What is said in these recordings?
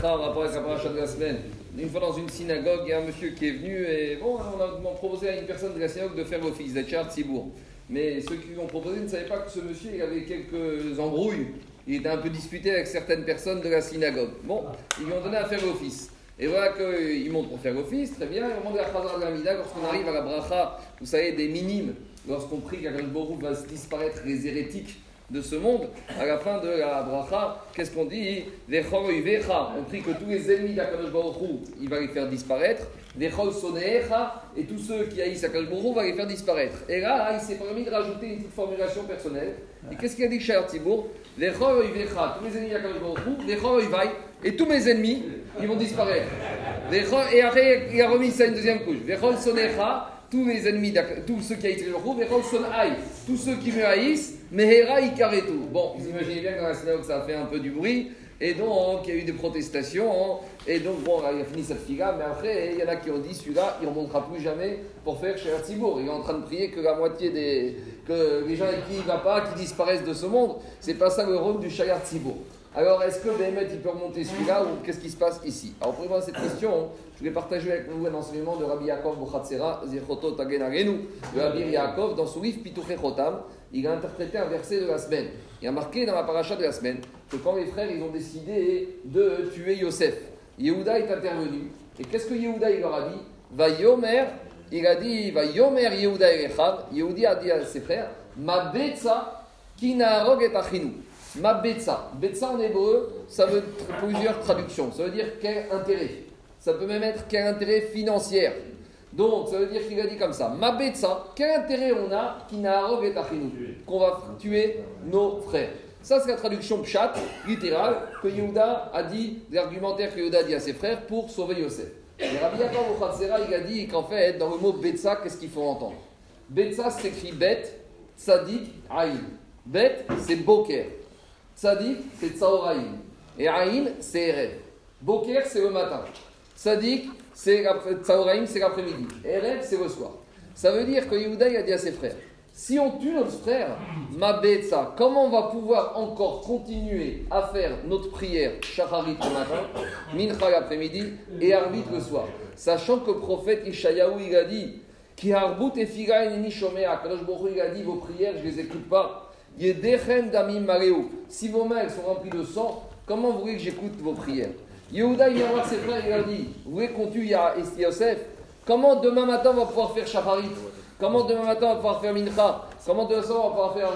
bracha en rapport avec la paracha de la semaine. Une fois dans une synagogue, il y a un monsieur qui est venu et bon, on a proposé à une personne de la synagogue de faire l'office, d'être Shayar Tzibour. Mais ceux qui lui ont proposé ne savaient pas que ce monsieur il avait quelques embrouilles. Il était un peu disputé avec certaines personnes de la synagogue. Bon, ils lui ont donné à faire l'office. Et voilà qu'il monte pour faire l'office, très bien. Et au moment de la Chazar de la Mida, lorsqu'on arrive à la bracha, vous savez, des minimes, lorsqu'on prie qu'Akadosh Baruch Hu va disparaître les hérétiques de ce monde, à la fin de la bracha, qu'est-ce qu'on dit? On prie que tous les ennemis d'Akadosh Baruch Hu, il va les faire disparaître. Et tous ceux qui haïssent Akadosh Baruch Hu va les faire disparaître. Et là, il s'est permis de rajouter une petite formulation personnelle. Et qu'est-ce qu'il a dit Shayar Tzibour? Tous les ennemis d'Akadosh Baruch Hu, et tous mes ennemis, ils vont disparaître. Et après, il a remis ça une deuxième couche. Tous les ennemis, tous ceux qui haïssent tous ceux qui me haïssent, Mehera Ikaretu. Bon, vous imaginez bien que dans la synagogue, ça a fait un peu du bruit, et donc il y a eu des protestations, et donc bon, il a fini cette figa, mais après, il y en a qui ont dit, celui-là, il ne remontera plus jamais pour faire Shayar Tzibour. Il est en train de prier que la moitié que les gens avec qui il ne va pas, qui disparaissent de ce monde. C'est pas ça le rôle du Shayar Tzibour. Alors, est-ce que Béhémet, il peut remonter celui-là ou qu'est-ce qui se passe ici? Alors, pour répondre à cette question, je voulais partager avec vous un enseignement de Rabbi Yaakov Bochatzera, Zechoto Tagen Arenu, de Rabbi Yaakov, dans son livre Pituché Chotam. Il a interprété un verset de la semaine. Il a marqué dans la paracha de la semaine que quand les frères ils ont décidé de tuer Yosef, Yehuda est intervenu. Et qu'est-ce que Yehuda il leur a dit? Va Yomer, il a dit, va Yomer Yehuda Erechav. Yehudi a dit à ses frères, Ma Betsa, Kinaarog et Achinu. Ma betsa. Betsa en hébreu, ça veut plusieurs traductions. Ça veut dire quel intérêt. Ça peut même être quel intérêt financier. Donc, ça veut dire qu'il a dit comme ça. Ma betsa, quel intérêt on a qu'on va tuer nos frères. Ça, c'est la traduction pshat, littérale, que Yehuda a dit, l'argumentaire que Yehuda a dit à ses frères pour sauver Yosef. Et Rabbi Yaakov Bochatzera, il a dit qu'en fait, dans le mot betsa, qu'est-ce qu'il faut entendre? Betsa s'écrit bet, tzadik, aïn. Bet, c'est boker. Tzadik, c'est Tsaoraïm. Et Aïn, c'est Erev. Boker, c'est le matin. Tzadik, c'est Tsaoraïm, c'est l'après-midi. Erev, c'est le soir. Ça veut dire que Yehuda a dit à ses frères, si on tue notre frère, ma betsa, comment on va pouvoir encore continuer à faire notre prière Shacharit le matin, Mincha l'après-midi et Arvit le soir? Sachant que le prophète Ishayahu, il a dit, Ki harbut et figa enini shomea, Kadosh Baruch Hu, il a dit, vos prières, je ne les écoute pas. Si vos mains sont remplies de sang, comment vous voulez que j'écoute vos prières? Yehuda il vient voir ses frères, il leur dit, vous voulez qu'on tue Yosef? Comment demain matin on va pouvoir faire Shacharit? Comment demain matin on va pouvoir faire Mincha? Comment demain matin on va pouvoir faire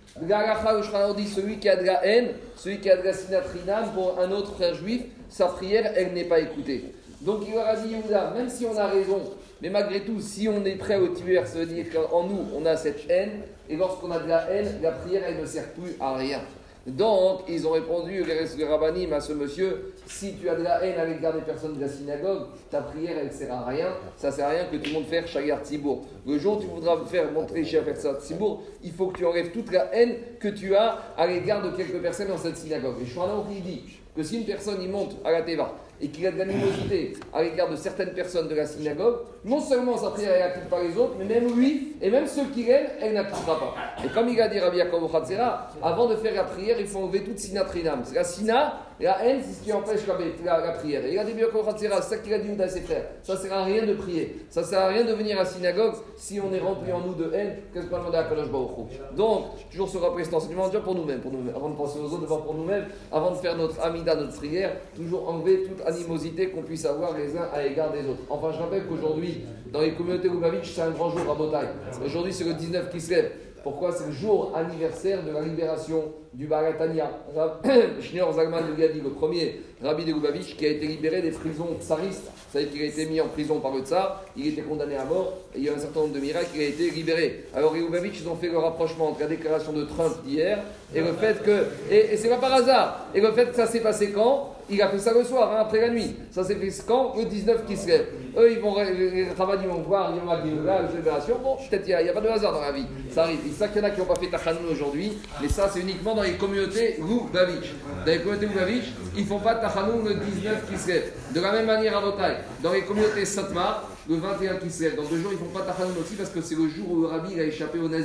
Arvit? Dit celui qui a de la haine, celui qui a de la sinatrinam pour un autre frère juif, sa prière elle n'est pas écoutée. Donc il leur a dit Yehuda, même si on a raison, mais malgré tout, si on est prêt au tuer, ça veut dire qu'en nous, on a cette haine, et lorsqu'on a de la haine, la prière, elle ne sert plus à rien. Donc, ils ont répondu, les rabbinim, à ce monsieur, si tu as de la haine à l'égard des personnes de la synagogue, ta prière, elle ne sert à rien, ça ne sert à rien que tout le monde fasse Shayar Tzibour. Le jour où tu voudras faire montrer Shayar Tzibour, il faut que tu enlèves toute la haine que tu as à l'égard de quelques personnes dans cette synagogue. Et Shouanaouk, il dit que si une personne, il monte à la Teva, et qu'il a de l'animosité à l'égard de certaines personnes de la synagogue, non seulement sa prière est active par les autres, mais même lui, et même ceux qui l'aiment, elle n'activera pas. Et comme il a dit Rabbi Yaakov Bochatzera, avant de faire la prière, il faut enlever toute sinatrinam. C'est la sina, la haine, c'est ce qui empêche la prière. Et il a dit Rabbi Yaakov Bochatzera, c'est ça qu'il a dit à ses frères. Ça ne sert à rien de prier. Ça ne sert à rien de venir à la synagogue si on est rempli en nous de haine. Qu'est-ce qu'on va demander à Kadosh Baruch Hu? Donc, toujours se rappeler cet enseignement, déjà pour nous-mêmes, avant de penser aux autres, d'abord pour nous-mêmes, avant de faire notre amida, notre prière, toujours enlever toute animosité qu'on puisse avoir les uns à l'égard des autres. Enfin, je rappelle qu'aujourd'hui, dans les communautés Lubavitch, c'est un grand jour à Botaï. Aujourd'hui, c'est le 19 qui se lève. Pourquoi? C'est le jour anniversaire de la libération du Baratania. Shneur Zalman de Gadi, le premier rabbi de Lubavitch, qui a été libéré des prisons tsaristes. Vous savez qu'il a été mis en prison par le tsar, il était condamné à mort, et il y a un certain nombre de miracles, il a été libéré. Alors les Lubavitch, ils ont fait le rapprochement entre la déclaration de Trump d'hier et le fait que. Et c'est pas par hasard. Et le fait que ça s'est passé quand? Il a fait ça le soir, après la nuit. Ça s'est fait quand? Le 19 qui se lève. Eux, les travailleurs vont voir, il y a la libération. Bon, peut-être il n'y a pas de hasard dans la vie. Ça arrive. Il sait qu'il y en a qui n'ont pas fait Tachanoun aujourd'hui, mais ça, c'est uniquement dans les communautés Lubavitch. Dans les communautés Lubavitch, ils ne font pas Tachanoun le 19 qui se lève. De la même manière à Botaï, dans les communautés Satmar, le 21 qui se lève. Dans 2 jours, ils ne font pas Tachanoun aussi parce que c'est le jour où le rabbi a échappé aux nazis.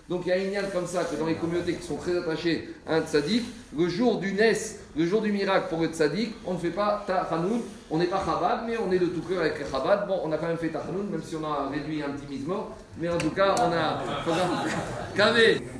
Donc il y a une lien comme ça que dans les communautés qui sont très attachées à un tzaddik, le jour du Nes, le jour du miracle pour le tzaddik, on ne fait pas Tachanoun, on n'est pas Chabad, mais on est de tout cœur avec Chabad. Bon, on a quand même fait Tachanoun, même si on a réduit un petit misement, mais en tout cas, on a. Kavé